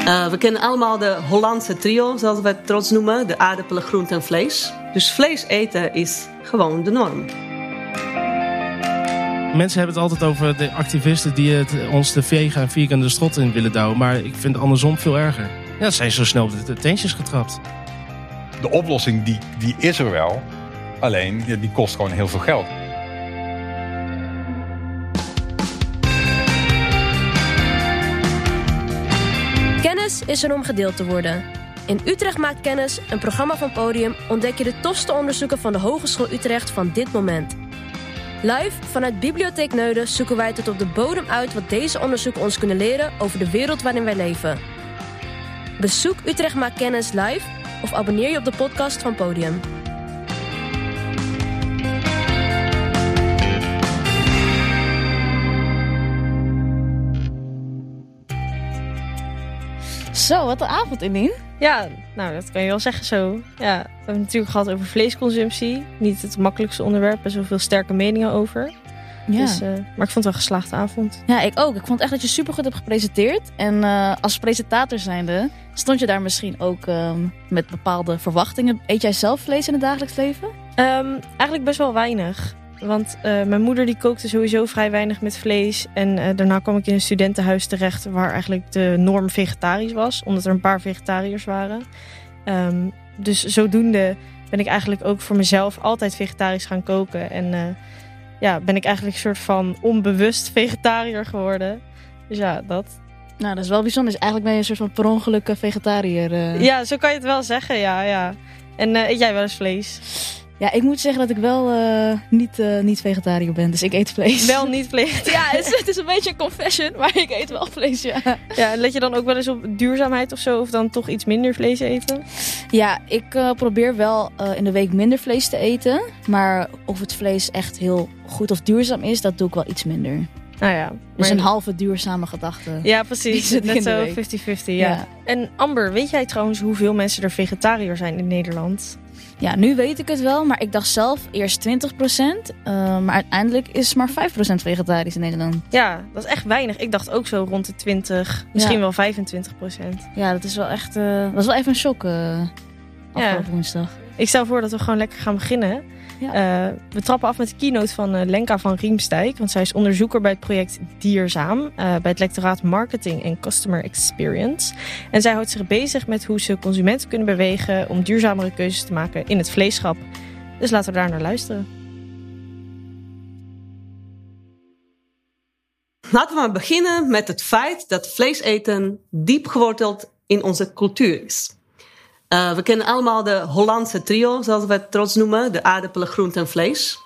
We kennen allemaal de Hollandse trio, zoals we het trots noemen. De aardappelen, groente en vlees. Dus vlees eten is gewoon de norm. Mensen hebben het altijd over de activisten die ons de vega en vierkant de strot in willen douwen. Maar ik vind het andersom veel erger. Ja, zijn zo snel op de teentjes getrapt. De oplossing die is er wel. Alleen die kost gewoon heel veel geld. Kennis is er om gedeeld te worden. In Utrecht maakt kennis, een programma van Podium, ontdek je de tofste onderzoeken van de Hogeschool Utrecht van dit moment. Live vanuit Bibliotheek Neuden zoeken wij tot op de bodem uit wat deze onderzoeken ons kunnen leren over de wereld waarin wij leven. Bezoek Utrecht maakt kennis live of abonneer je op de podcast van Podium. Zo, wat een avond, Eline. Ja, nou, dat kan je wel zeggen zo. Ja, we hebben het natuurlijk gehad over vleesconsumptie. Niet het makkelijkste onderwerp, er zoveel sterke meningen over. Ja. Dus, maar ik vond het wel een geslaagde avond. Ja, ik ook. Ik vond echt dat je supergoed hebt gepresenteerd. En als presentator zijnde stond je daar misschien ook met bepaalde verwachtingen. Eet jij zelf vlees in het dagelijks leven? Eigenlijk best wel weinig. Want mijn moeder die kookte sowieso vrij weinig met vlees. En daarna kwam ik in een studentenhuis terecht waar eigenlijk de norm vegetarisch was. Omdat er een paar vegetariërs waren. Dus zodoende ben ik eigenlijk ook voor mezelf altijd vegetarisch gaan koken. En ben ik eigenlijk een soort van onbewust vegetariër geworden. Dus ja, dat. Nou, dat is wel bijzonder. Dus eigenlijk ben je een soort van per ongeluk vegetariër. Ja, zo kan je het wel zeggen, ja. En eet jij wel eens vlees? Ja, ik moet zeggen dat ik wel niet vegetariër ben. Dus ik eet vlees. Wel niet vlees? Ja, het is een beetje een confession, maar ik eet wel vlees, ja. Ja, let je dan ook wel eens op duurzaamheid of zo? Of dan toch iets minder vlees eten? Ja, ik probeer wel in de week minder vlees te eten. Maar of het vlees echt heel goed of duurzaam is, dat doe ik wel iets minder. Nou ja. Dus een halve duurzame gedachte. Ja, precies. Net zo 50-50, ja. En Amber, weet jij trouwens hoeveel mensen er vegetariër zijn in Nederland? Ja, nu weet ik het wel, maar ik dacht zelf eerst 20%. Maar uiteindelijk is maar 5% vegetarisch in Nederland. Ja, dat is echt weinig. Ik dacht ook zo rond de 20, misschien wel 25%. Ja, dat is wel echt dat was wel even een shock afgelopen woensdag. Ik stel voor dat we gewoon lekker gaan beginnen. Ja. We trappen af met de keynote van Lenka van Riemsdijk. Want zij is onderzoeker bij het project Dierzaam. Bij het lectoraat Marketing en Customer Experience. En zij houdt zich bezig met hoe ze consumenten kunnen bewegen om duurzamere keuzes te maken in het vleeschap. Dus laten we daar naar luisteren. Laten we maar beginnen met het feit dat vlees eten diep geworteld in onze cultuur is. We kennen allemaal de Hollandse trio, zoals we het trots noemen. De aardappelen, groente en vlees.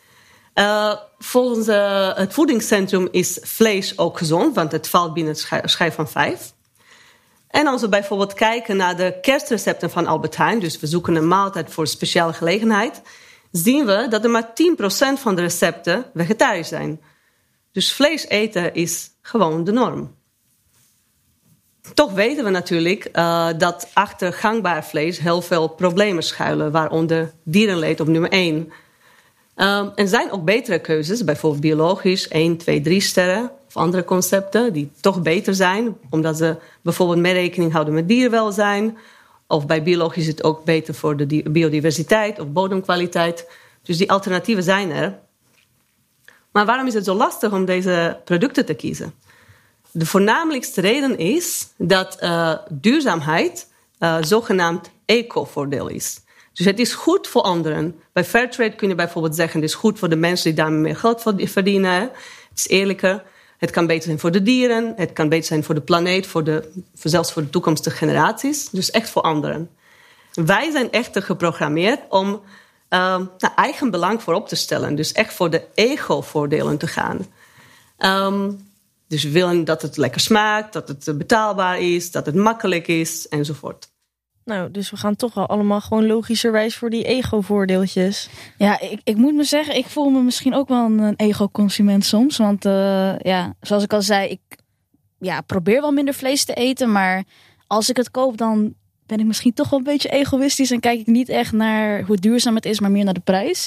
Volgens het voedingscentrum is vlees ook gezond, want het valt binnen het schijf van 5. En als we bijvoorbeeld kijken naar de kerstrecepten van Albert Heijn, dus we zoeken een maaltijd voor een speciale gelegenheid, zien we dat er maar 10% van de recepten vegetarisch zijn. Dus vlees eten is gewoon de norm. Toch weten we natuurlijk dat achter gangbaar vlees heel veel problemen schuilen, waaronder dierenleed op nummer 1. Er zijn ook betere keuzes, bijvoorbeeld biologisch, 1, 2, 3 sterren of andere concepten die toch beter zijn, omdat ze bijvoorbeeld meer rekening houden met dierenwelzijn. Of bij biologisch is het ook beter voor de biodiversiteit of bodemkwaliteit. Dus die alternatieven zijn er. Maar waarom is het zo lastig om deze producten te kiezen? De voornamelijkste reden is dat duurzaamheid zogenaamd eco-voordeel is. Dus het is goed voor anderen. Bij Fairtrade kun je bijvoorbeeld zeggen, het is goed voor de mensen die daarmee meer geld verdienen. Het is eerlijker. Het kan beter zijn voor de dieren. Het kan beter zijn voor de planeet, zelfs voor de toekomstige generaties. Dus echt voor anderen. Wij zijn echter geprogrammeerd om eigen belang voorop te stellen. Dus echt voor de ego-voordelen te gaan. Dus we willen dat het lekker smaakt, dat het betaalbaar is, dat het makkelijk is, enzovoort. Nou, dus we gaan toch wel allemaal gewoon logischerwijs voor die ego-voordeeltjes. Ja, ik moet me zeggen, ik voel me misschien ook wel een ego-consument soms. Want zoals ik al zei, ik probeer wel minder vlees te eten. Maar als ik het koop, dan ben ik misschien toch wel een beetje egoïstisch. En kijk ik niet echt naar hoe duurzaam het is, maar meer naar de prijs.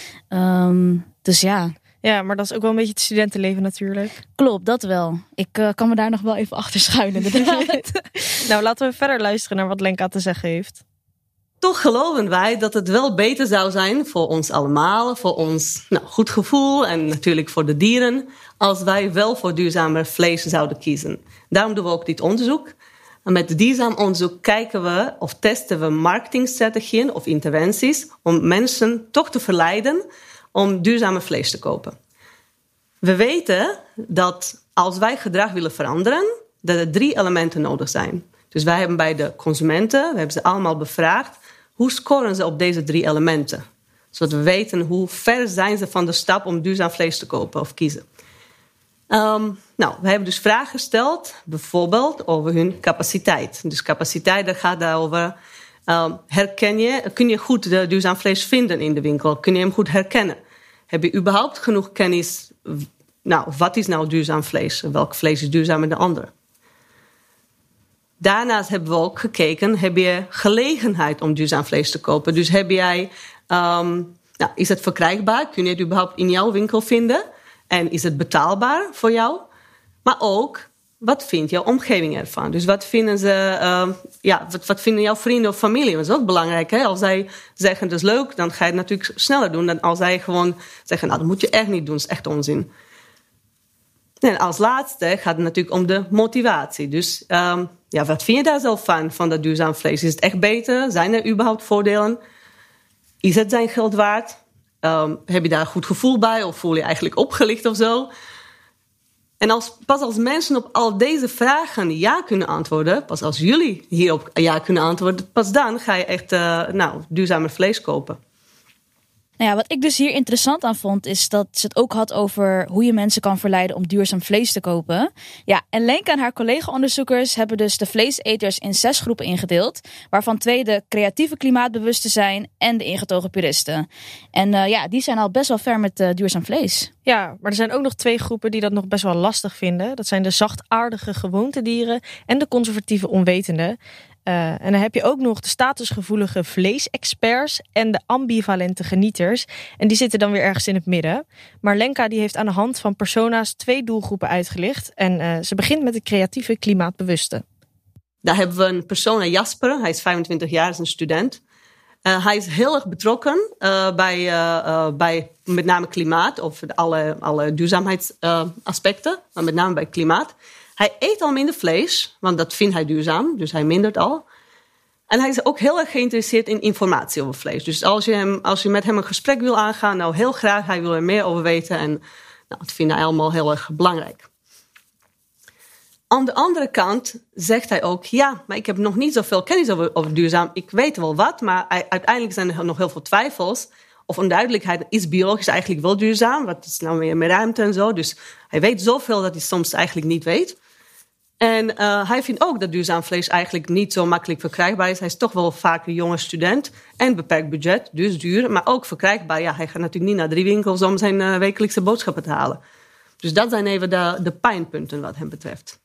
Dus ja. Ja, maar dat is ook wel een beetje het studentenleven natuurlijk. Klopt, dat wel. Ik kan me daar nog wel even achter schuilen. Nou, laten we verder luisteren naar wat Lenka te zeggen heeft. Toch geloven wij dat het wel beter zou zijn voor ons allemaal, voor ons goed gevoel en natuurlijk voor de dieren, als wij wel voor duurzamer vlees zouden kiezen. Daarom doen we ook dit onderzoek. En met duurzaam onderzoek kijken we of testen we marketingstrategieën of interventies om mensen toch te verleiden om duurzamer vlees te kopen. We weten dat als wij gedrag willen veranderen, dat er 3 elementen nodig zijn. Dus wij hebben bij de consumenten, we hebben ze allemaal bevraagd, hoe scoren ze op deze 3 elementen? Zodat we weten hoe ver zijn ze van de stap om duurzaam vlees te kopen of kiezen. We hebben dus vragen gesteld, bijvoorbeeld over hun capaciteit. Dus capaciteit, dat gaat daarover, kun je goed duurzaam vlees vinden in de winkel? Kun je hem goed herkennen? Heb je überhaupt genoeg kennis? Wat is nou duurzaam vlees? Welk vlees is duurzamer dan de andere? Daarnaast hebben we ook gekeken, heb je gelegenheid om duurzaam vlees te kopen? Dus heb jij, is het verkrijgbaar? Kun je het überhaupt in jouw winkel vinden? En is het betaalbaar voor jou? Maar ook, wat vindt jouw omgeving ervan? Dus wat vinden wat vinden jouw vrienden of familie? Dat is ook belangrijk. Hè? Als zij zeggen, dat is leuk, dan ga je het natuurlijk sneller doen dan als zij gewoon zeggen, dat moet je echt niet doen, dat is echt onzin. En als laatste gaat het natuurlijk om de motivatie. Dus wat vind je daar zelf van dat duurzaam vlees? Is het echt beter? Zijn er überhaupt voordelen? Is het zijn geld waard? Heb je daar een goed gevoel bij? Of voel je eigenlijk opgelicht of zo? En pas als mensen op al deze vragen ja kunnen antwoorden, pas als jullie hierop ja kunnen antwoorden, pas dan ga je echt duurzamer vlees kopen. Nou ja, wat ik dus hier interessant aan vond, is dat ze het ook had over hoe je mensen kan verleiden om duurzaam vlees te kopen. Ja, en Lenka en haar collega-onderzoekers hebben dus de vleeseters in 6 groepen ingedeeld, waarvan 2 de creatieve klimaatbewusten zijn en de ingetogen puristen. En die zijn al best wel ver met duurzaam vlees. Ja, maar er zijn ook nog 2 groepen die dat nog best wel lastig vinden. Dat zijn de zachtaardige gewoontedieren en de conservatieve onwetenden. En dan heb je ook nog de statusgevoelige vleesexperts en de ambivalente genieters. En die zitten dan weer ergens in het midden. Maar Lenka die heeft aan de hand van persona's 2 doelgroepen uitgelicht. En ze begint met de creatieve klimaatbewuste. Daar hebben we een persona, Jasper. Hij is 25 jaar, is een student. Hij is heel erg betrokken bij met name klimaat of alle duurzaamheidsaspecten, maar met name bij klimaat. Hij eet al minder vlees, want dat vindt hij duurzaam, dus hij mindert al. En hij is ook heel erg geïnteresseerd in informatie over vlees. Dus als je met hem een gesprek wil aangaan, heel graag, hij wil er meer over weten. En dat vindt hij allemaal heel erg belangrijk. Aan de andere kant zegt hij ook, ja, maar ik heb nog niet zoveel kennis over duurzaam. Ik weet wel wat, maar uiteindelijk zijn er nog heel veel twijfels. Of onduidelijkheid, is biologisch eigenlijk wel duurzaam? Wat is nou meer met ruimte en zo? Dus hij weet zoveel dat hij soms eigenlijk niet weet. En hij vindt ook dat duurzaam vlees eigenlijk niet zo makkelijk verkrijgbaar is. Hij is toch wel vaak een jonge student en beperkt budget, dus duur. Maar ook verkrijgbaar. Ja, hij gaat natuurlijk niet naar 3 winkels om zijn wekelijkse boodschappen te halen. Dus dat zijn even de pijnpunten wat hem betreft.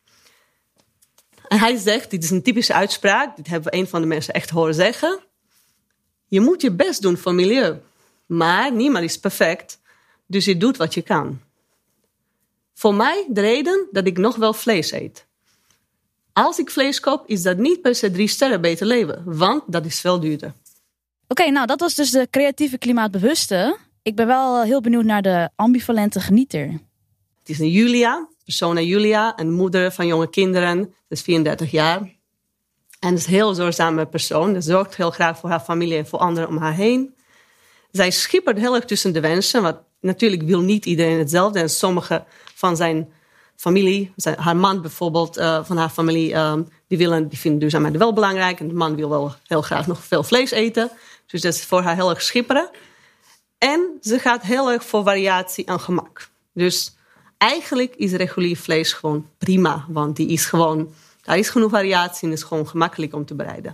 En hij zegt, dit is een typische uitspraak. Dit hebben we een van de mensen echt horen zeggen. Je moet je best doen voor milieu. Maar niemand is perfect. Dus je doet wat je kan. Voor mij de reden dat ik nog wel vlees eet. Als ik vlees koop, is dat niet per se 3 sterren beter leven. Want dat is veel duurder. Oké, nou dat was dus de creatieve klimaatbewuste. Ik ben wel heel benieuwd naar de ambivalente genieter. Het is een Julia, persona Julia, een moeder van jonge kinderen. Dat is 34 jaar. En is een heel zorgzame persoon. Ze zorgt heel graag voor haar familie en voor anderen om haar heen. Zij schippert heel erg tussen de wensen. Want natuurlijk wil niet iedereen hetzelfde. En sommige van zijn familie, haar man bijvoorbeeld, van haar familie, die vinden duurzaamheid wel belangrijk. En de man wil wel heel graag nog veel vlees eten. Dus dat is voor haar heel erg schipperen. En ze gaat heel erg voor variatie en gemak. Dus eigenlijk is regulier vlees gewoon prima. Want daar is genoeg variatie en is gewoon gemakkelijk om te bereiden.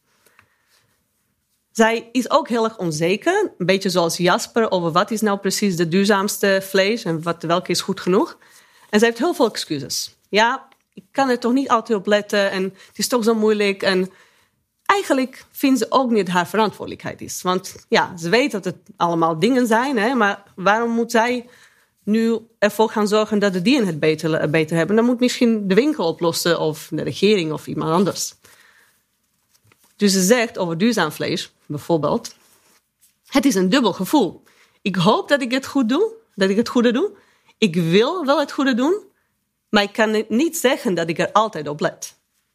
Zij is ook heel erg onzeker, een beetje zoals Jasper, over wat is nou precies de duurzaamste vlees en welke is goed genoeg. En zij heeft heel veel excuses. Ja, ik kan er toch niet altijd op letten en het is toch zo moeilijk. En eigenlijk vindt ze ook niet dat haar verantwoordelijkheid is. Want ja, ze weet dat het allemaal dingen zijn, hè, maar waarom moet zij nu ervoor gaan zorgen dat de dieren het beter hebben. Dan moet misschien de winkel oplossen of de regering of iemand anders. Dus ze zegt over duurzaam vlees, bijvoorbeeld, het is een dubbel gevoel. Ik hoop dat ik het goed doe, dat ik het goede doe. Ik wil wel het goede doen, maar ik kan niet zeggen dat ik er altijd op let.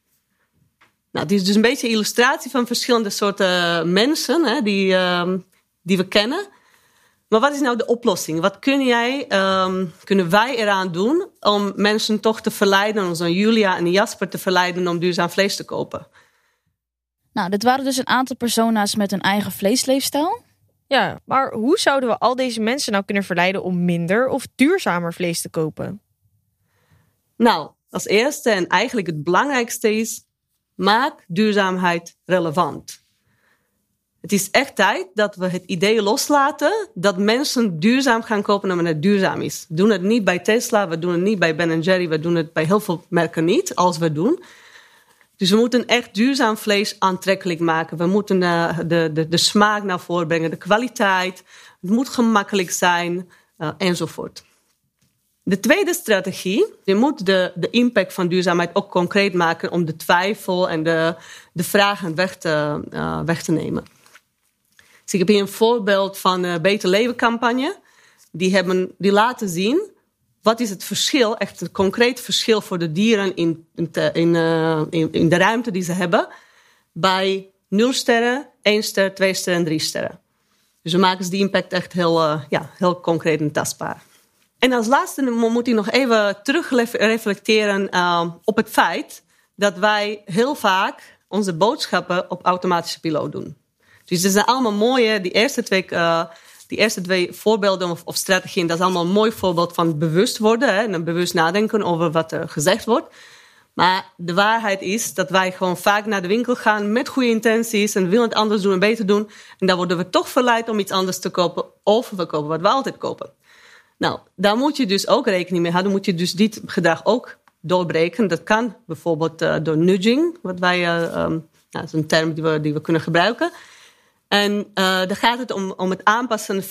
Nou, dit is dus een beetje een illustratie van verschillende soorten mensen, hè, die we kennen. Maar wat is nou de oplossing? Wat kunnen wij eraan doen om mensen toch te verleiden, om zo'n Julia en Jasper te verleiden om duurzaam vlees te kopen? Nou, dit waren dus een aantal persona's met hun eigen vleesleefstijl. Ja, maar hoe zouden we al deze mensen nou kunnen verleiden om minder of duurzamer vlees te kopen? Nou, als eerste en eigenlijk het belangrijkste is, maak duurzaamheid relevant. Het is echt tijd dat we het idee loslaten dat mensen duurzaam gaan kopen omdat het duurzaam is. We doen het niet bij Tesla, we doen het niet bij Ben & Jerry, we doen het bij heel veel merken niet, als we het doen. Dus we moeten echt duurzaam vlees aantrekkelijk maken. We moeten de smaak naar voren brengen, de kwaliteit. Het moet gemakkelijk zijn, enzovoort. De tweede strategie, je moet de impact van duurzaamheid ook concreet maken om de twijfel en de vragen weg te nemen. Dus ik heb hier een voorbeeld van de Beter Leven campagne. Die laten zien wat is het verschil, echt een concreet verschil voor de dieren in de ruimte die ze hebben. Bij 0 sterren, 1 ster, 2 sterren en 3 sterren. Dus we maken die impact echt heel concreet en tastbaar. En als laatste moet ik nog even terug reflecteren op het feit dat wij heel vaak onze boodschappen op automatische piloot doen. Dus dat zijn allemaal mooie, die eerste twee voorbeelden of strategieën, dat is allemaal een mooi voorbeeld van bewust worden, hè, en bewust nadenken over wat er gezegd wordt. Maar de waarheid is dat wij gewoon vaak naar de winkel gaan met goede intenties en willen het anders doen en beter doen. En dan worden we toch verleid om iets anders te kopen of we kopen wat we altijd kopen. Nou, daar moet je dus ook rekening mee houden. Moet je dus dit gedrag ook doorbreken. Dat kan bijvoorbeeld door nudging, wat dat is een term die we kunnen gebruiken. En dan gaat het om het aanpassen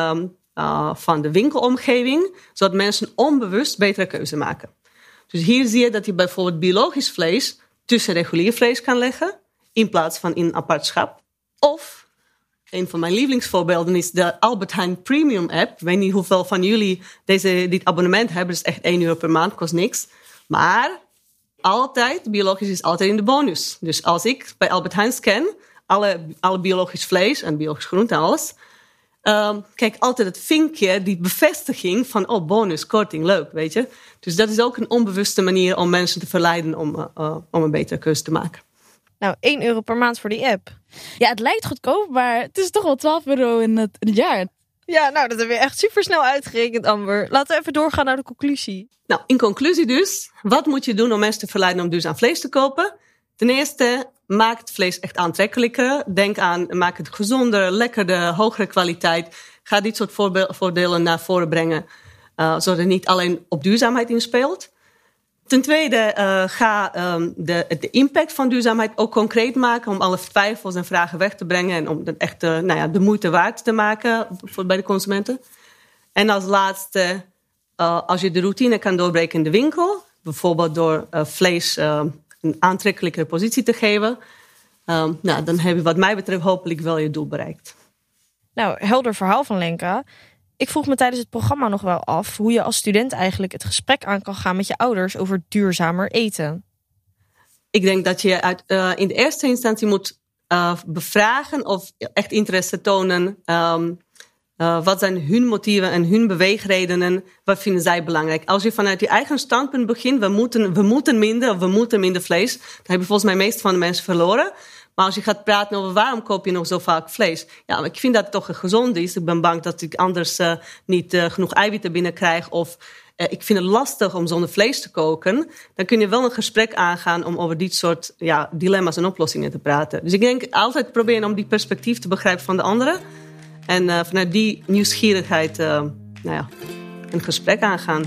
van de winkelomgeving, zodat mensen onbewust betere keuze maken. Dus hier zie je dat je bijvoorbeeld biologisch vlees tussen regulier vlees kan leggen, in plaats van in een apart schap. Of, een van mijn lievelingsvoorbeelden is de Albert Heijn Premium app. Ik weet niet hoeveel van jullie dit abonnement hebben. Dat is echt €1 per maand, kost niks. Maar biologisch is altijd in de bonus. Dus als ik bij Albert Heijn scan, alle biologisch vlees en biologisch groente en alles, kijk altijd het vinkje, die bevestiging van bonus, korting, leuk, weet je. Dus dat is ook een onbewuste manier om mensen te verleiden om een betere keuze te maken. Nou, €1 per maand voor die app. Ja, het lijkt goedkoop, maar het is toch wel €12 in het jaar. Ja, nou, dat hebben we echt super snel uitgerekend, Amber. Laten we even doorgaan naar de conclusie. Nou, in conclusie dus, wat moet je doen om mensen te verleiden om duurzaam vlees te kopen? Ten eerste, maak het vlees echt aantrekkelijker. Denk aan, maak het gezonder, lekkerder, hogere kwaliteit. Ga dit soort voordelen naar voren brengen, zodat het niet alleen op duurzaamheid inspeelt. Ten tweede, ga de impact van duurzaamheid ook concreet maken, om alle twijfels en vragen weg te brengen en om het echt de moeite waard te maken bij de consumenten. En als laatste, als je de routine kan doorbreken in de winkel, bijvoorbeeld door vlees een aantrekkelijke positie te geven, dan heb je wat mij betreft hopelijk wel je doel bereikt. Nou, helder verhaal van Lenka. Ik vroeg me tijdens het programma nog wel af hoe je als student eigenlijk het gesprek aan kan gaan met je ouders over duurzamer eten. Ik denk dat je in de eerste instantie moet bevragen of echt interesse tonen. Wat zijn hun motieven en hun beweegredenen? Wat vinden zij belangrijk? Als je vanuit je eigen standpunt begint, we moeten minder vlees, dan heb je volgens mij meest van de mensen verloren. Maar als je gaat praten over waarom koop je nog zo vaak vlees? Ja, maar ik vind dat het toch gezond is. Ik ben bang dat ik anders niet genoeg eiwitten binnenkrijg. Of ik vind het lastig om zonder vlees te koken. Dan kun je wel een gesprek aangaan om over dit soort dilemma's en oplossingen te praten. Dus ik denk altijd proberen om die perspectief te begrijpen van de anderen. En vanuit die nieuwsgierigheid een gesprek aangaan.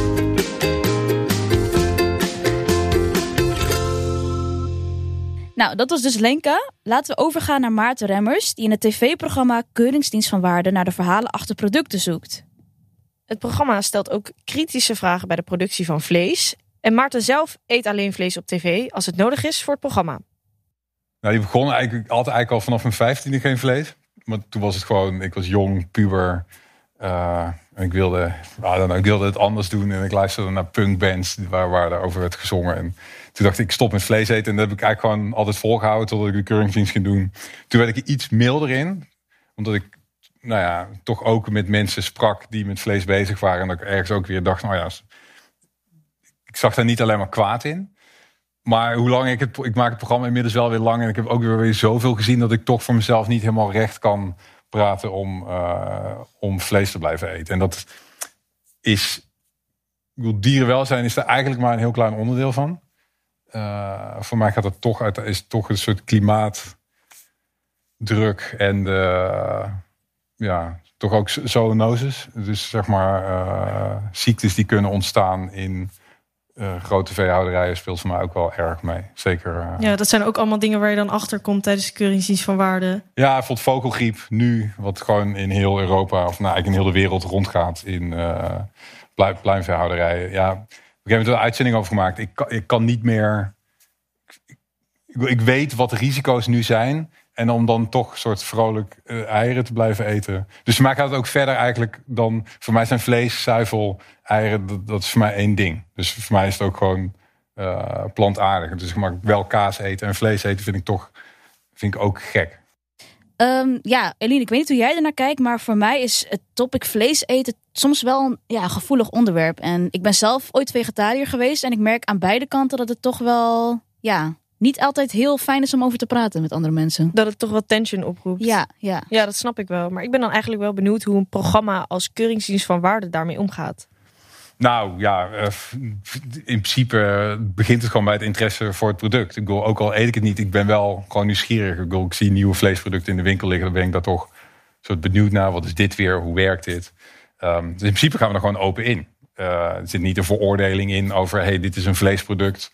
Nou, Nou, dat was dus Lenka. Laten we overgaan naar Maarten Remmers, die in het tv-programma Keuringsdienst van Waarde naar de verhalen achter producten zoekt. Het programma stelt ook kritische vragen bij de productie van vlees. En Maarten zelf eet alleen vlees op tv als het nodig is voor het programma. Nou, die begon eigenlijk al vanaf mijn 15e geen vlees. Maar toen was het gewoon, ik was jong, puber. En ik wilde het anders doen. En ik luisterde naar punkbands waar daarover werd gezongen. En toen dacht ik stop met vlees eten. En dat heb ik eigenlijk gewoon altijd volgehouden totdat ik de keuringsdienst ging doen. Toen werd ik er iets milder in. Omdat ik toch ook met mensen sprak die met vlees bezig waren. En dat ik ergens ook weer dacht, ik zag daar niet alleen maar kwaad in. Maar hoe lang ik maak het programma inmiddels wel weer lang. En ik heb ook weer zoveel gezien dat ik toch voor mezelf niet helemaal recht kan praten om vlees te blijven eten. En dat is, dierenwelzijn is er eigenlijk maar een heel klein onderdeel van. Voor mij gaat het is toch een soort klimaatdruk en toch ook zoonoses. Dus zeg maar ziektes die kunnen ontstaan in grote veehouderijen speelt voor mij ook wel erg mee. Zeker. Ja, dat zijn ook allemaal dingen waar je dan achter komt tijdens de keuringsdienst van Waarde. Ja, bijvoorbeeld vogelgriep nu, wat gewoon in heel Europa, of eigenlijk in heel de wereld rondgaat in pluimveehouderijen. Ja, op een gegeven moment een uitzending over gemaakt. Ik kan niet meer. Ik weet wat de risico's nu zijn. En om dan toch een soort vrolijk eieren te blijven eten. Dus voor mij gaat het ook verder eigenlijk dan. Voor mij zijn vlees, zuivel, eieren, dat is voor mij één ding. Dus voor mij is het ook gewoon plantaardig. Dus ik mag wel kaas eten en vlees eten vind ik ook gek. Eline, ik weet niet hoe jij ernaar kijkt, maar voor mij is het topic vlees eten soms wel een gevoelig onderwerp. En ik ben zelf ooit vegetariër geweest en ik merk aan beide kanten dat het toch wel niet altijd heel fijn is om over te praten met andere mensen. Dat het toch wel tension oproept. Ja, dat snap ik wel. Maar ik ben dan eigenlijk wel benieuwd hoe een programma als Keuringsdienst van Waarde daarmee omgaat. Nou ja, in principe begint het gewoon bij het interesse voor het product. Ik bedoel, ook al eet ik het niet, ik ben wel gewoon nieuwsgierig. Ik zie nieuwe vleesproducten in de winkel liggen, dan ben ik daar toch soort benieuwd naar. Wat is dit weer? Hoe werkt dit? Dus in principe gaan we er gewoon open in. Er zit niet een veroordeling in over, dit is een vleesproduct.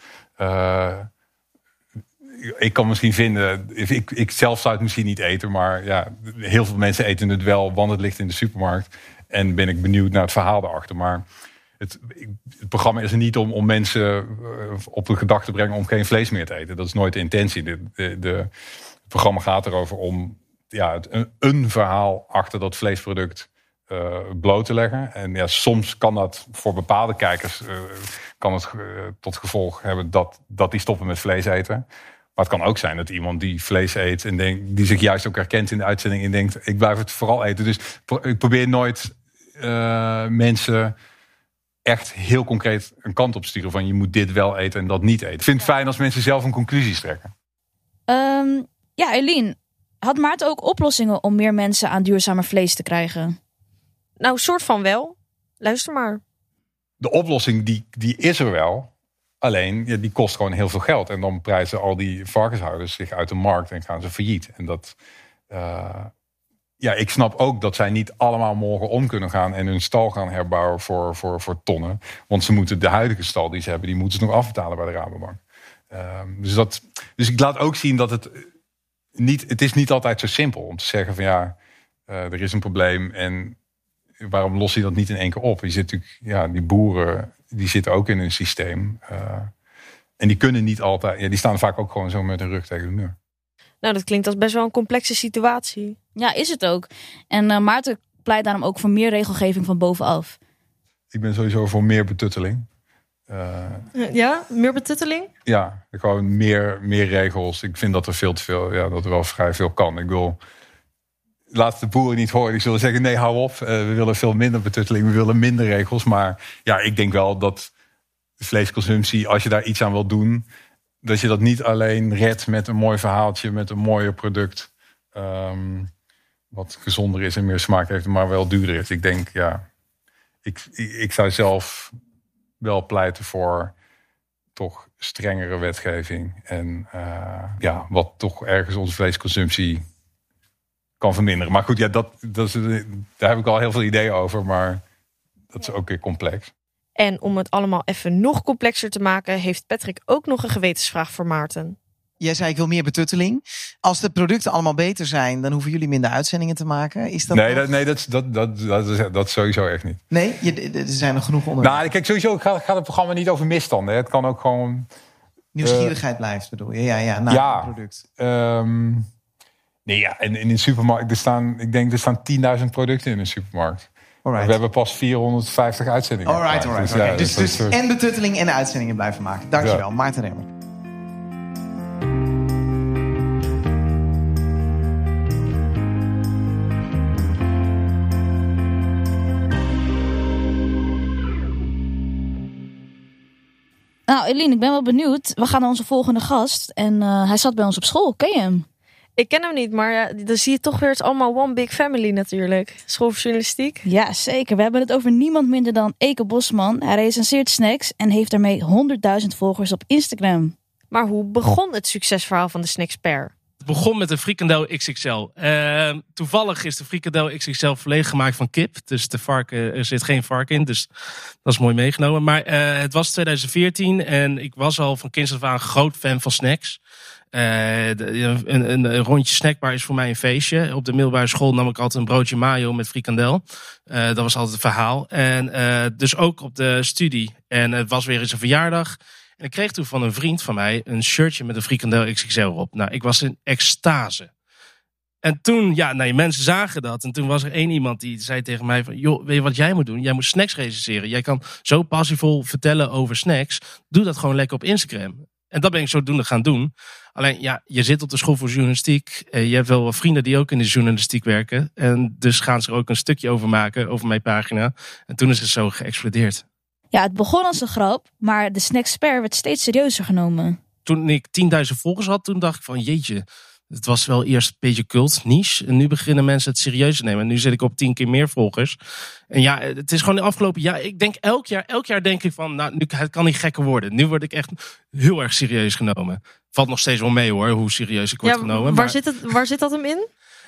Ik kan misschien vinden, ik zelf zou het misschien niet eten, maar heel veel mensen eten het wel, want het ligt in de supermarkt. En ben ik benieuwd naar het verhaal daarachter. Maar het programma is er niet om mensen op de gedachte te brengen om geen vlees meer te eten. Dat is nooit de intentie. Het programma gaat erover om een verhaal achter dat vleesproduct bloot te leggen. En soms kan dat voor bepaalde kijkers tot gevolg hebben dat die stoppen met vlees eten. Maar het kan ook zijn dat iemand die vlees eet en die zich juist ook herkent in de uitzending en denkt, ik blijf het vooral eten. Dus ik probeer nooit mensen echt heel concreet een kant op sturen van je moet dit wel eten en dat niet eten. Ik vind het fijn als mensen zelf een conclusie trekken. Eline, had Maarten ook oplossingen om meer mensen aan duurzamer vlees te krijgen? Nou, soort van wel. Luister maar. De oplossing die is er wel. Alleen, die kost gewoon heel veel geld. En dan prijzen al die varkenshouders zich uit de markt en gaan ze failliet. En dat, ik snap ook dat zij niet allemaal morgen om kunnen gaan en hun stal gaan herbouwen voor tonnen. Want ze moeten de huidige stal die ze hebben, die moeten ze nog afbetalen bij de Rabobank. Dus ik laat ook zien dat het is niet altijd zo simpel om te zeggen van er is een probleem en waarom los je dat niet in één keer op? Je zit natuurlijk, die boeren, die zitten ook in een systeem. En die kunnen niet altijd, die staan vaak ook gewoon zo met hun rug tegen de muur. Nou, dat klinkt als best wel een complexe situatie. Ja, is het ook. En Maarten pleit daarom ook voor meer regelgeving van bovenaf. Ik ben sowieso voor meer betutteling. Meer betutteling? Ja, gewoon meer regels. Ik vind dat er veel te veel, dat er wel vrij veel kan. Ik wil, laat de boeren niet horen. Die zullen zeggen, nee, hou op. We willen veel minder betutteling. We willen minder regels. Maar ik denk wel dat de vleesconsumptie, als je daar iets aan wil doen, dat je dat niet alleen redt met een mooi verhaaltje, met een mooier product, wat gezonder is en meer smaak heeft, maar wel duurder is. Ik denk, ik zou zelf wel pleiten voor toch strengere wetgeving en wat toch ergens onze vleesconsumptie kan verminderen. Maar goed, daar heb ik al heel veel ideeën over, maar dat is ook weer complex. En om het allemaal even nog complexer te maken, heeft Patrick ook nog een gewetensvraag voor Maarten. Jij zei ik wil meer betutteling. Als de producten allemaal beter zijn, dan hoeven jullie minder uitzendingen te maken. Is dat dat sowieso echt niet. Nee, er zijn nog genoeg onderwerpen. Nou, kijk, sowieso gaat het programma niet over misstanden. Hè. Het kan ook gewoon... Nieuwsgierigheid blijft, bedoel je? Ja, naar het product. En in een supermarkt, er staan 10.000 producten in een supermarkt. Alright. We hebben pas 450 uitzendingen. Alright. Dus en betutteling en uitzendingen blijven maken. Dankjewel, Maarten Remmer. Nou, Eline, ik ben wel benieuwd. We gaan naar onze volgende gast. En hij zat bij ons op school. Ken je hem? Ik ken hem niet, maar dan zie je toch weer het allemaal one big family natuurlijk. School voor journalistiek. Ja, zeker. We hebben het over niemand minder dan Eke Bosman. Hij recenseert snacks en heeft daarmee 100.000 volgers op Instagram. Maar hoe begon het succesverhaal van de Snackspert? Het begon met een frikandel XXL. Toevallig is de frikandel XXL volledig gemaakt van kip. Dus er zit geen vark in. Dus dat is mooi meegenomen. Maar het was 2014 en ik was al van kinds af aan groot fan van snacks. Een rondje snackbar is voor mij een feestje. Op de middelbare school nam ik altijd een broodje mayo met frikandel. Dat was altijd het verhaal. En dus ook op de studie. En het was weer eens een verjaardag. En ik kreeg toen van een vriend van mij een shirtje met een frikandel XXL erop. Nou, ik was in extase. En toen, mensen zagen dat. En toen was er één iemand die zei tegen mij van... joh, weet je wat jij moet doen? Jij moet snacks recenseren. Jij kan zo passievol vertellen over snacks. Doe dat gewoon lekker op Instagram. En dat ben ik zodoende gaan doen. Alleen, je zit op de school voor journalistiek. Je hebt wel wat vrienden die ook in de journalistiek werken. En dus gaan ze er ook een stukje over maken, over mijn pagina. En toen is het zo geëxplodeerd. Ja, het begon als een grap, maar de Snackspert werd steeds serieuzer genomen. Toen ik 10.000 volgers had, toen dacht ik van jeetje, het was wel eerst een beetje cult, niche. En nu beginnen mensen het serieus te nemen. En nu zit ik op 10 keer meer volgers. En ja, het is gewoon de afgelopen jaar. Ik denk elk jaar denk ik van, nou, nu het kan niet gekker worden. Nu word ik echt heel erg serieus genomen. Valt nog steeds wel mee hoor, hoe serieus ik word genomen. Waar zit dat hem in?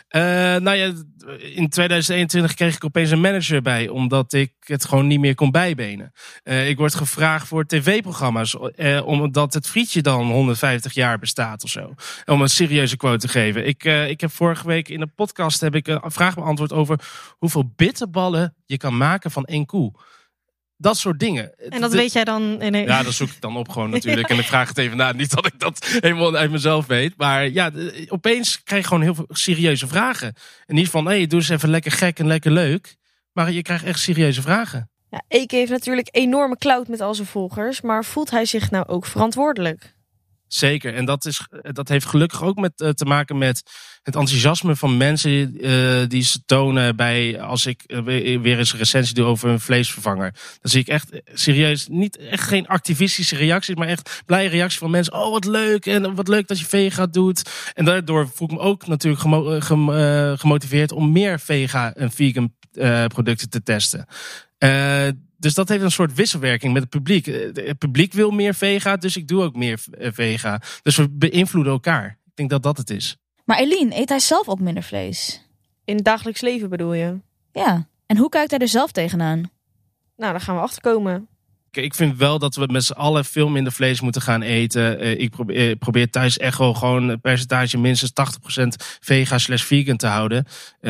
In 2021 kreeg ik opeens een manager bij, omdat ik het gewoon niet meer kon bijbenen. Ik word gevraagd voor tv-programma's, omdat het frietje dan 150 jaar bestaat of zo. Om een serieuze quote te geven. Ik heb vorige week in een podcast een vraag beantwoord over hoeveel bitterballen je kan maken van 1 koe. Dat soort dingen. En dat weet jij dan? Ja, dat zoek ik dan op gewoon natuurlijk. En ik vraag het even na. Niet dat ik dat helemaal uit mezelf weet. Maar ja, opeens krijg je gewoon heel veel serieuze vragen. En niet van, doe eens even lekker gek en lekker leuk. Maar je krijgt echt serieuze vragen. Ja, Eke heeft natuurlijk enorme clout met al zijn volgers. Maar voelt hij zich nou ook verantwoordelijk? Zeker. En dat heeft gelukkig ook te maken met het enthousiasme van mensen die ze tonen bij als ik weer eens een recensie doe over een vleesvervanger. Dan zie ik echt serieus, geen activistische reacties, maar echt blije reacties van mensen. Oh, wat leuk en wat leuk dat je vega doet. En daardoor voel ik me ook natuurlijk gemotiveerd om meer vega en vegan producten te testen. Dus dat heeft een soort wisselwerking met het publiek. Het publiek wil meer vega, dus ik doe ook meer vega. Dus we beïnvloeden elkaar. Ik denk dat dat het is. Maar Eline, eet hij zelf ook minder vlees? In het dagelijks leven bedoel je? Ja. En hoe kijkt hij er zelf tegenaan? Nou, daar gaan we achterkomen. Ik vind wel dat we met z'n allen veel minder vlees moeten gaan eten. Ik probeer thuis echt wel gewoon een percentage minstens 80% vega/vegan te houden.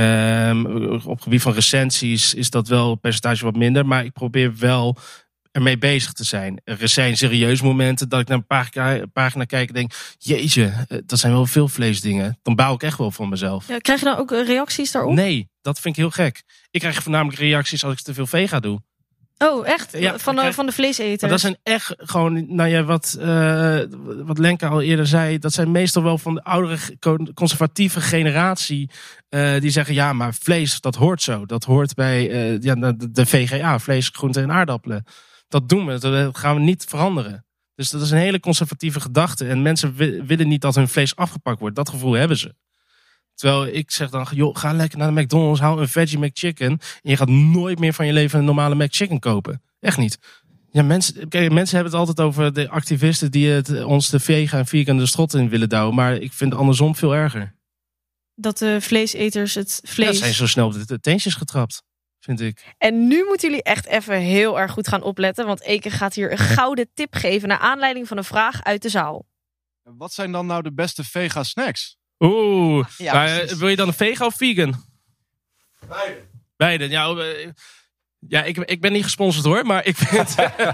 Op het gebied van recensies is dat wel een percentage wat minder. Maar ik probeer wel ermee bezig te zijn. Er zijn serieus momenten dat ik naar een pagina kijk en denk... Jeetje, dat zijn wel veel vleesdingen. Dan bouw ik echt wel van mezelf. Ja, krijg je dan ook reacties daarop? Nee, dat vind ik heel gek. Ik krijg voornamelijk reacties als ik te veel vega doe. Oh, echt? Ja, van de vleeseters? Maar dat zijn echt gewoon, wat Lenka al eerder zei, dat zijn meestal wel van de oudere conservatieve generatie. Die zeggen, ja, maar vlees, dat hoort zo. Dat hoort bij de VGA, vlees, groenten en aardappelen. Dat doen we, dat gaan we niet veranderen. Dus dat is een hele conservatieve gedachte. En mensen willen niet dat hun vlees afgepakt wordt. Dat gevoel hebben ze. Terwijl ik zeg dan, joh, ga lekker naar de McDonald's, hou een veggie McChicken. En je gaat nooit meer van je leven een normale McChicken kopen. Echt niet. Ja, mensen hebben het altijd over de activisten die ons de vega en vegan de strot in willen douwen. Maar ik vind het andersom veel erger. Dat de vleeseters het vlees... Ja, zijn zo snel op de teentjes getrapt, vind ik. En nu moeten jullie echt even heel erg goed gaan opletten. Want Eke gaat hier een gouden tip geven naar aanleiding van een vraag uit de zaal. Wat zijn dan nou de beste vega snacks? Oeh, Ja, maar, precies. wil je dan een vega of vegan? Beide. Ja, ik ben niet gesponsord hoor, maar ik vind...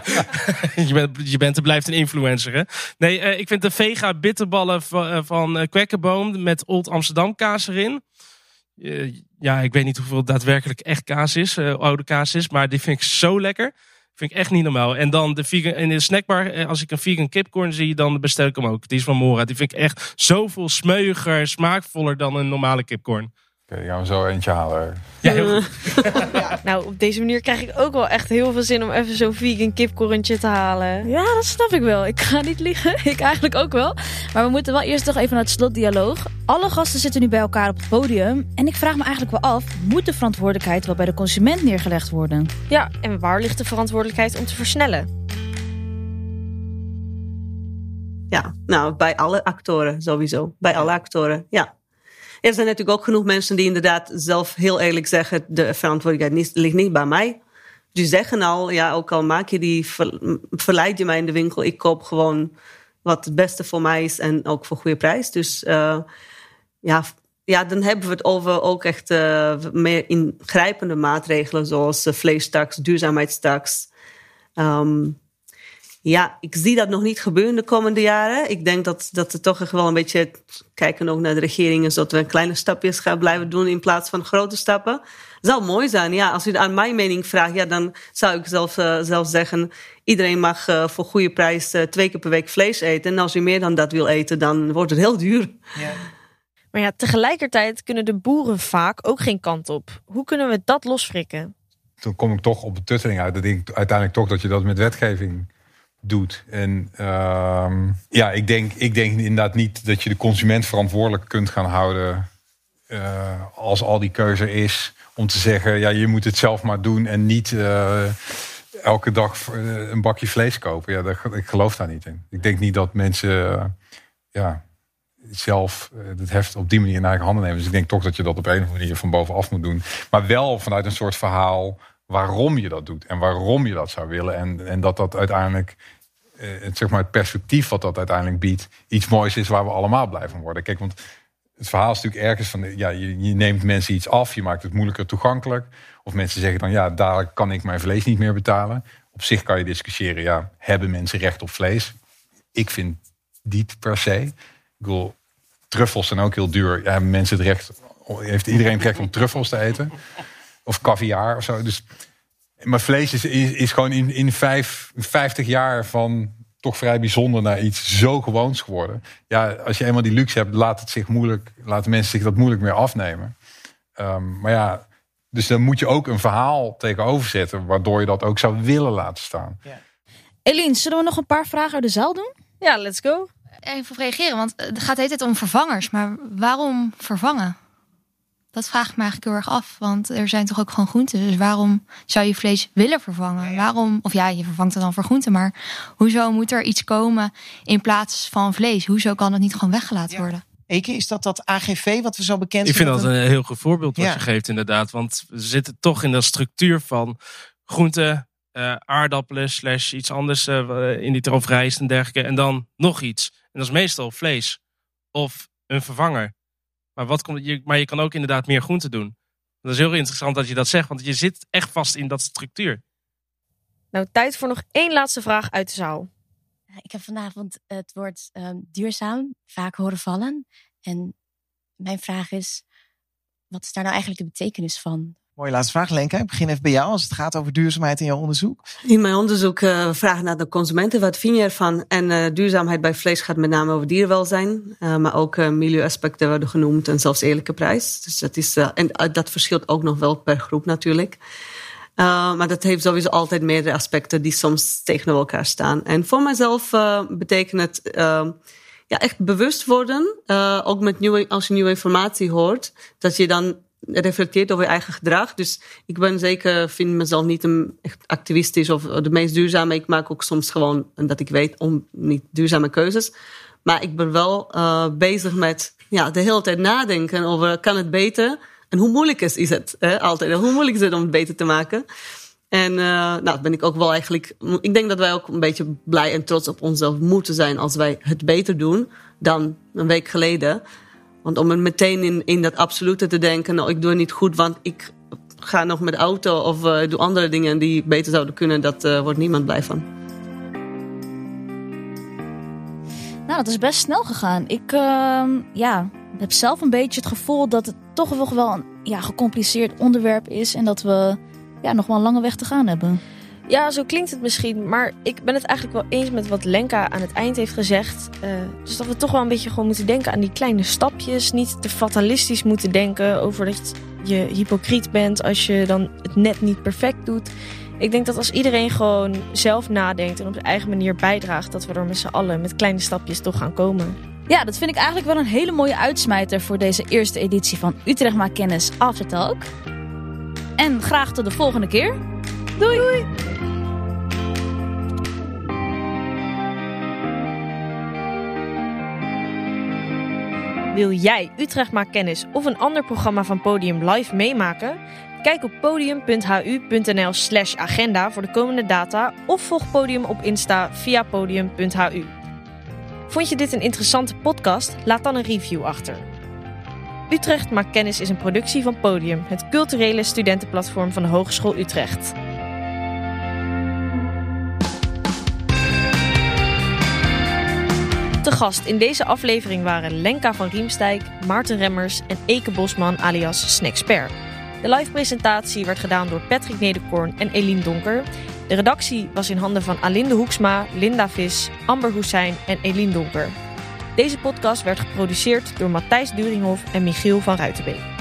je blijft een influencer, hè? Nee, ik vind de vega bitterballen van Kwekkenboom met Old Amsterdam kaas erin. Ik weet niet hoeveel daadwerkelijk echt kaas is, oude kaas is, maar die vind ik zo lekker. Vind ik echt niet normaal. En dan de vegan in de snackbar, als ik een vegan kipcorn zie, dan bestel ik hem ook. Die is van Mora. Die vind ik echt zoveel smeuiger, smaakvoller dan een normale kipcorn. Oké, die gaan we zo eentje halen. Ja, heel goed. Nou, op deze manier krijg ik ook wel echt heel veel zin om even zo'n vegan kipcorntje te halen. Ja, dat snap ik wel. Ik ga niet liegen. Ik eigenlijk ook wel. Maar we moeten wel eerst nog even naar het slotdialoog. Alle gasten zitten nu bij elkaar op het podium. En ik vraag me eigenlijk wel af, moet de verantwoordelijkheid wel bij de consument neergelegd worden? Ja, en waar ligt de verantwoordelijkheid om te versnellen? Ja, nou, bij alle actoren sowieso. Bij alle actoren, ja. Er zijn natuurlijk ook genoeg mensen die inderdaad zelf heel eerlijk zeggen, de verantwoordelijkheid ligt niet bij mij. Die zeggen al, ja, ook al maak je verleid je mij in de winkel, ik koop gewoon wat het beste voor mij is en ook voor goede prijs. Dus dan hebben we het over ook echt meer ingrijpende maatregelen, zoals vleestaks, duurzaamheidstaks. Ik zie dat nog niet gebeuren de komende jaren. Ik denk dat er toch echt wel een beetje kijken ook naar de regeringen, zodat we kleine stapjes gaan blijven doen in plaats van grote stappen. Het zou mooi zijn, ja. Als u aan mijn mening vraagt, ja, dan zou ik zelf zeggen, iedereen mag voor goede prijs 2 keer per week vlees eten. En als u meer dan dat wil eten, dan wordt het heel duur. Ja. Maar ja, tegelijkertijd kunnen de boeren vaak ook geen kant op. Hoe kunnen we dat loswrikken? Toen kom ik toch op de tutteling uit. Dat ik uiteindelijk toch dat je dat met wetgeving doet. En ik denk inderdaad niet dat je de consument verantwoordelijk kunt gaan houden als al die keuze is om te zeggen, ja, je moet het zelf maar doen en niet elke dag een bakje vlees kopen. Ja, ik geloof daar niet in. Ik denk niet dat mensen zelf het heft op die manier in eigen handen nemen. Dus ik denk toch dat je dat op een of andere manier van bovenaf moet doen. Maar wel vanuit een soort verhaal waarom je dat doet en waarom je dat zou willen. En dat uiteindelijk, het perspectief wat dat uiteindelijk biedt, iets moois is waar we allemaal blij van worden. Kijk, want het verhaal is natuurlijk ergens van, ja, je neemt mensen iets af, je maakt het moeilijker toegankelijk. Of mensen zeggen dan, ja, daar kan ik mijn vlees niet meer betalen. Op zich kan je discussiëren, ja, hebben mensen recht op vlees? Ik vind niet per se. Ik bedoel, truffels zijn ook heel duur. Ja, hebben mensen het recht, heeft iedereen het recht om truffels te eten? Of caviar of zo. Dus, maar vlees is gewoon in 50 jaar van toch vrij bijzonder naar iets zo gewoons geworden. Ja, als je eenmaal die luxe hebt, laten mensen zich dat moeilijk meer afnemen. Maar ja, dus dan moet je ook een verhaal tegenover zetten, waardoor je dat ook zou willen laten staan. Ja. Eline, zullen we nog een paar vragen uit de zaal doen? Ja, let's go. Even op reageren, want het gaat de hele tijd om vervangers. Maar waarom vervangen? Dat vraag ik me eigenlijk heel erg af. Want er zijn toch ook gewoon groenten. Dus waarom zou je vlees willen vervangen? Waarom? Of ja, je vervangt het dan voor groenten. Maar hoezo moet er iets komen in plaats van vlees? Hoezo kan het niet gewoon weggelaten worden? Eke, is dat AGV wat we zo bekend Ik vind zijn? dat een heel goed voorbeeld wat Ja. je geeft inderdaad. Want we zitten toch in de structuur van groenten, aardappelen / iets anders of rijst en dergelijke. En dan nog iets. En dat is meestal vlees of een vervanger. Maar je kan ook inderdaad meer groenten doen. Dat is heel interessant dat je dat zegt, want je zit echt vast in dat structuur. Nou, tijd voor nog 1 laatste vraag uit de zaal. Ik heb vanavond het woord duurzaam vaak horen vallen. En mijn vraag is, wat is daar nou eigenlijk de betekenis van? Mooie laatste vraag, Lenka. Ik begin even bij jou als het gaat over duurzaamheid in jouw onderzoek. In mijn onderzoek vragen naar de consumenten. Wat vind je ervan? En duurzaamheid bij vlees gaat met name over dierenwelzijn. Maar ook milieuaspecten worden genoemd en zelfs eerlijke prijs. Dus dat is, en dat verschilt ook nog wel per groep natuurlijk. Maar dat heeft sowieso altijd meerdere aspecten die soms tegenover elkaar staan. En voor mijzelf betekent het echt bewust worden. Ook als je nieuwe informatie hoort, dat je dan reflecteert over je eigen gedrag. Dus ik vind mezelf niet een echt activistisch of de meest duurzame. Ik maak ook soms gewoon, dat ik weet, niet duurzame keuzes. Maar ik ben wel bezig met de hele tijd nadenken over, kan het beter? En hoe moeilijk is het? Altijd. Hoe moeilijk is het om het beter te maken? En ben ik ook wel eigenlijk... Ik denk dat wij ook een beetje blij en trots op onszelf moeten zijn als wij het beter doen dan een week geleden. Want om er meteen in dat absolute te denken, nou, ik doe het niet goed, want ik ga nog met de auto of doe andere dingen die beter zouden kunnen, dat wordt niemand blij van. Nou, dat is best snel gegaan. Ik heb zelf een beetje het gevoel dat het toch wel een gecompliceerd onderwerp is en dat we nog wel een lange weg te gaan hebben. Ja, zo klinkt het misschien. Maar ik ben het eigenlijk wel eens met wat Lenka aan het eind heeft gezegd. Dus dat we toch wel een beetje gewoon moeten denken aan die kleine stapjes. Niet te fatalistisch moeten denken over dat je hypocriet bent als je dan het net niet perfect doet. Ik denk dat als iedereen gewoon zelf nadenkt en op zijn eigen manier bijdraagt, dat we er met z'n allen met kleine stapjes toch gaan komen. Ja, dat vind ik eigenlijk wel een hele mooie uitsmijter voor deze eerste editie van Utrecht Maakt Kennis Aftertalk. En graag tot de volgende keer. Doei! Doei. Wil jij Utrecht Maakt Kennis of een ander programma van Podium live meemaken? Kijk op podium.hu.nl/agenda voor de komende data of volg Podium op Insta via podium.hu. Vond je dit een interessante podcast? Laat dan een review achter. Utrecht Maakt Kennis is een productie van Podium, het culturele studentenplatform van de Hogeschool Utrecht. Te gast in deze aflevering waren Lenka van Riemsdijk, Maarten Remmers en Eke Bosman alias Snacksper. De live presentatie werd gedaan door Patrick Nederkorn en Eline Donker. De redactie was in handen van Alinde Hoeksma, Linda Vis, Amber Hoesijn en Eline Donker. Deze podcast werd geproduceerd door Matthijs Duringhoff en Michiel van Ruitenbeek.